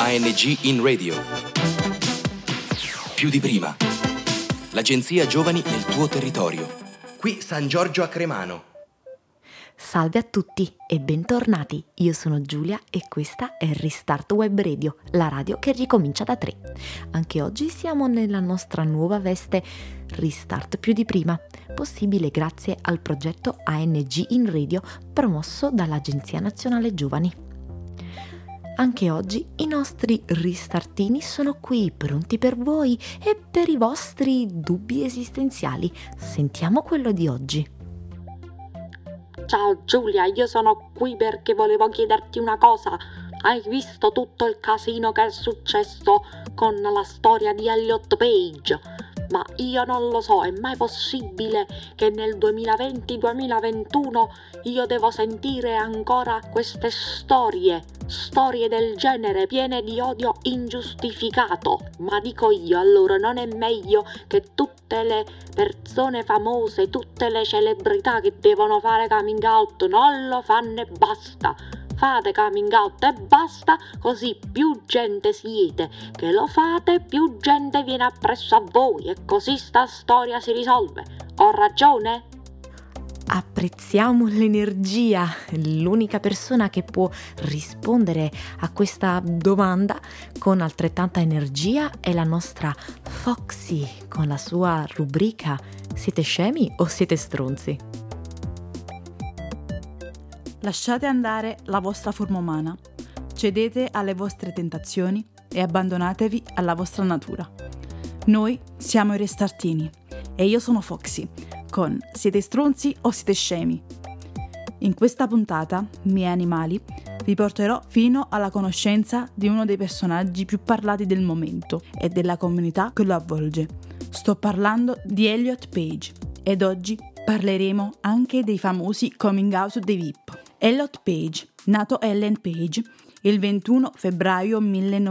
ANG in Radio. Più di prima. L'agenzia Giovani nel tuo territorio. Qui San Giorgio a Cremano. Salve a tutti e bentornati, io sono Giulia e questa è Restart Web Radio, la radio che ricomincia da 3. Anche oggi siamo nella nostra nuova veste Restart più di prima, possibile grazie al progetto ANG in Radio promosso dall'Agenzia Nazionale Giovani. Anche oggi i nostri ristartini sono qui, pronti per voi e per i vostri dubbi esistenziali. Sentiamo quello di oggi. Ciao Giulia, io sono qui perché volevo chiederti una cosa. Hai visto tutto il casino che è successo con la storia di Elliot Page? Ma io non lo so, è mai possibile che nel 2020-2021 io devo sentire ancora queste storie del genere piene di odio ingiustificato? Ma dico io, allora non è meglio che tutte le persone famose, tutte le celebrità che devono fare coming out non lo fanno e basta? Fate coming out e basta, così più gente siete che lo fate, più gente viene appresso a voi e così sta storia si risolve. Ho ragione? Apprezziamo l'energia. L'unica persona che può rispondere a questa domanda con altrettanta energia è la nostra Foxy con la sua rubrica Siete scemi o siete stronzi? Lasciate andare la vostra forma umana, cedete alle vostre tentazioni e abbandonatevi alla vostra natura. Noi siamo i Restartini e io sono Foxy con Siete stronzi o siete scemi? In questa puntata, miei animali, vi porterò fino alla conoscenza di uno dei personaggi più parlati del momento e della comunità che lo avvolge. Sto parlando di Elliot Page ed oggi parleremo anche dei famosi coming out dei VIP. Elliot Page, nato Ellen Page il 21 febbraio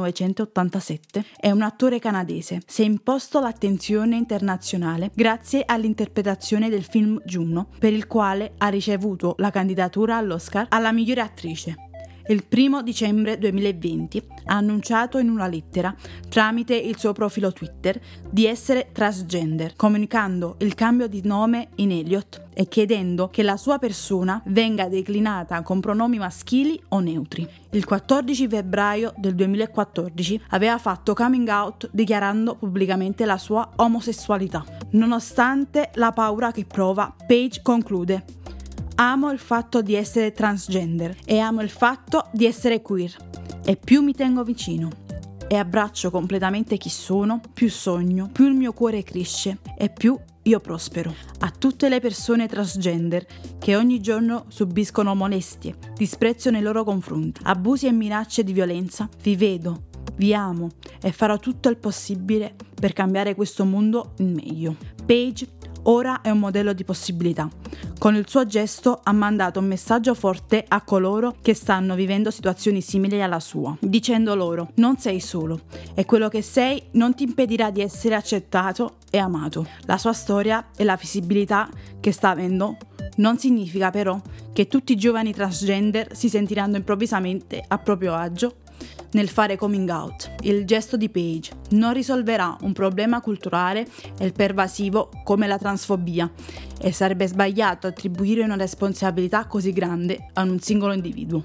1987, è un attore canadese. Si è imposto l'attenzione internazionale grazie all'interpretazione del film Juno, per il quale ha ricevuto la candidatura all'Oscar alla migliore attrice. Il 1 dicembre 2020 ha annunciato in una lettera, tramite il suo profilo Twitter, di essere transgender, comunicando il cambio di nome in Elliot e chiedendo che la sua persona venga declinata con pronomi maschili o neutri. Il 14 febbraio del 2014 aveva fatto coming out dichiarando pubblicamente la sua omosessualità. Nonostante la paura che prova, Page conclude: amo il fatto di essere transgender e amo il fatto di essere queer e più mi tengo vicino e abbraccio completamente chi sono, più sogno, più il mio cuore cresce e più io prospero. A tutte le persone transgender che ogni giorno subiscono molestie, disprezzo nei loro confronti, abusi e minacce di violenza, vi vedo, vi amo e farò tutto il possibile per cambiare questo mondo in meglio. Page ora è un modello di possibilità. Con il suo gesto ha mandato un messaggio forte a coloro che stanno vivendo situazioni simili alla sua, dicendo loro: non sei solo e quello che sei non ti impedirà di essere accettato e amato. La sua storia e la visibilità che sta avendo non significa però che tutti i giovani transgender si sentiranno improvvisamente a proprio agio nel fare coming out. Il gesto di Page non risolverà un problema culturale e pervasivo come la transfobia e sarebbe sbagliato attribuire una responsabilità così grande a un singolo individuo.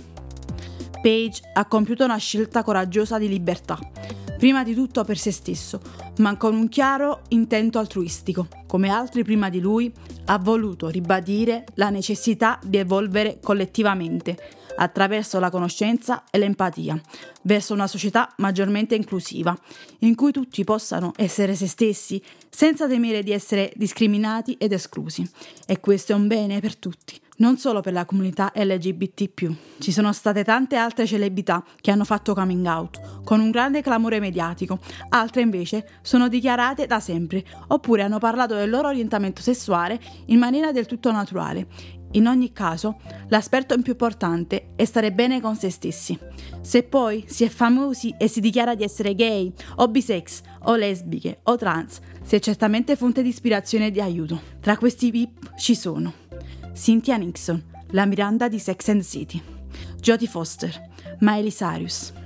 Page ha compiuto una scelta coraggiosa di libertà, prima di tutto per se stesso, ma con un chiaro intento altruistico. Come altri prima di lui, ha voluto ribadire la necessità di evolvere collettivamente attraverso la conoscenza e l'empatia, verso una società maggiormente inclusiva, in cui tutti possano essere se stessi senza temere di essere discriminati ed esclusi. E questo è un bene per tutti, non solo per la comunità LGBT+. Ci sono state tante altre celebrità che hanno fatto coming out, con un grande clamore mediatico, altre invece sono dichiarate da sempre, oppure hanno parlato del loro orientamento sessuale in maniera del tutto naturale. In ogni caso, l'aspetto più importante è stare bene con se stessi. Se poi si è famosi e si dichiara di essere gay, o bisex, o lesbiche, o trans, si è certamente fonte di ispirazione e di aiuto. Tra questi VIP ci sono Cynthia Nixon, la Miranda di Sex and the City, Jodie Foster, Miley Cyrus,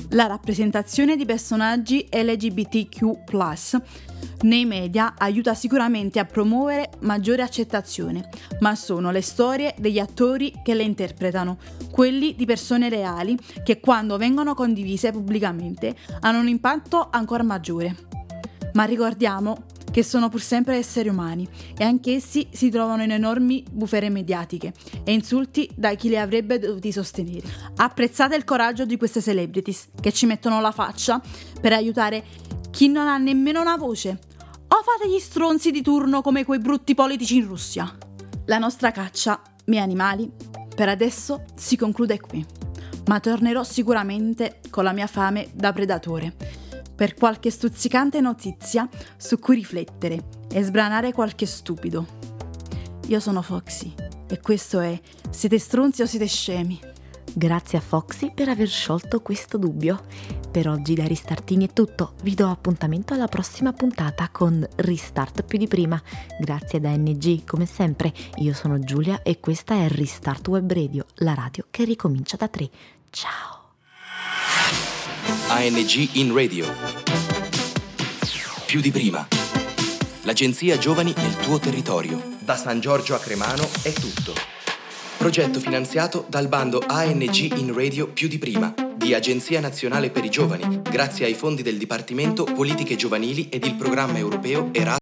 La rappresentazione di personaggi LGBTQ+ nei media aiuta sicuramente a promuovere maggiore accettazione, ma sono le storie degli attori che le interpretano, quelli di persone reali che quando vengono condivise pubblicamente hanno un impatto ancora maggiore. Ma ricordiamo che sono pur sempre esseri umani e anch'essi si trovano in enormi bufere mediatiche e insulti da chi li avrebbe dovuti sostenere. Apprezzate il coraggio di queste celebrities che ci mettono la faccia per aiutare chi non ha nemmeno una voce, o fate gli stronzi di turno come quei brutti politici in Russia. La nostra caccia, miei animali, per adesso si conclude qui, ma tornerò sicuramente con la mia fame da predatore per qualche stuzzicante notizia su cui riflettere e sbranare qualche stupido. Io sono Foxy e questo è Siete stronzi o siete scemi? Grazie a Foxy per aver sciolto questo dubbio. Per oggi da Ristartini è tutto, vi do appuntamento alla prossima puntata con Restart più di prima. Grazie da ANG, come sempre. Io sono Giulia e questa è Restart Web Radio, la radio che ricomincia da 3. Ciao! ANG in radio. Più di prima. L'agenzia Giovani nel tuo territorio. Da San Giorgio a Cremano è tutto. Progetto finanziato dal bando ANG in radio più di prima di Agenzia Nazionale per i Giovani, grazie ai fondi del Dipartimento Politiche Giovanili ed il programma europeo Erasmus.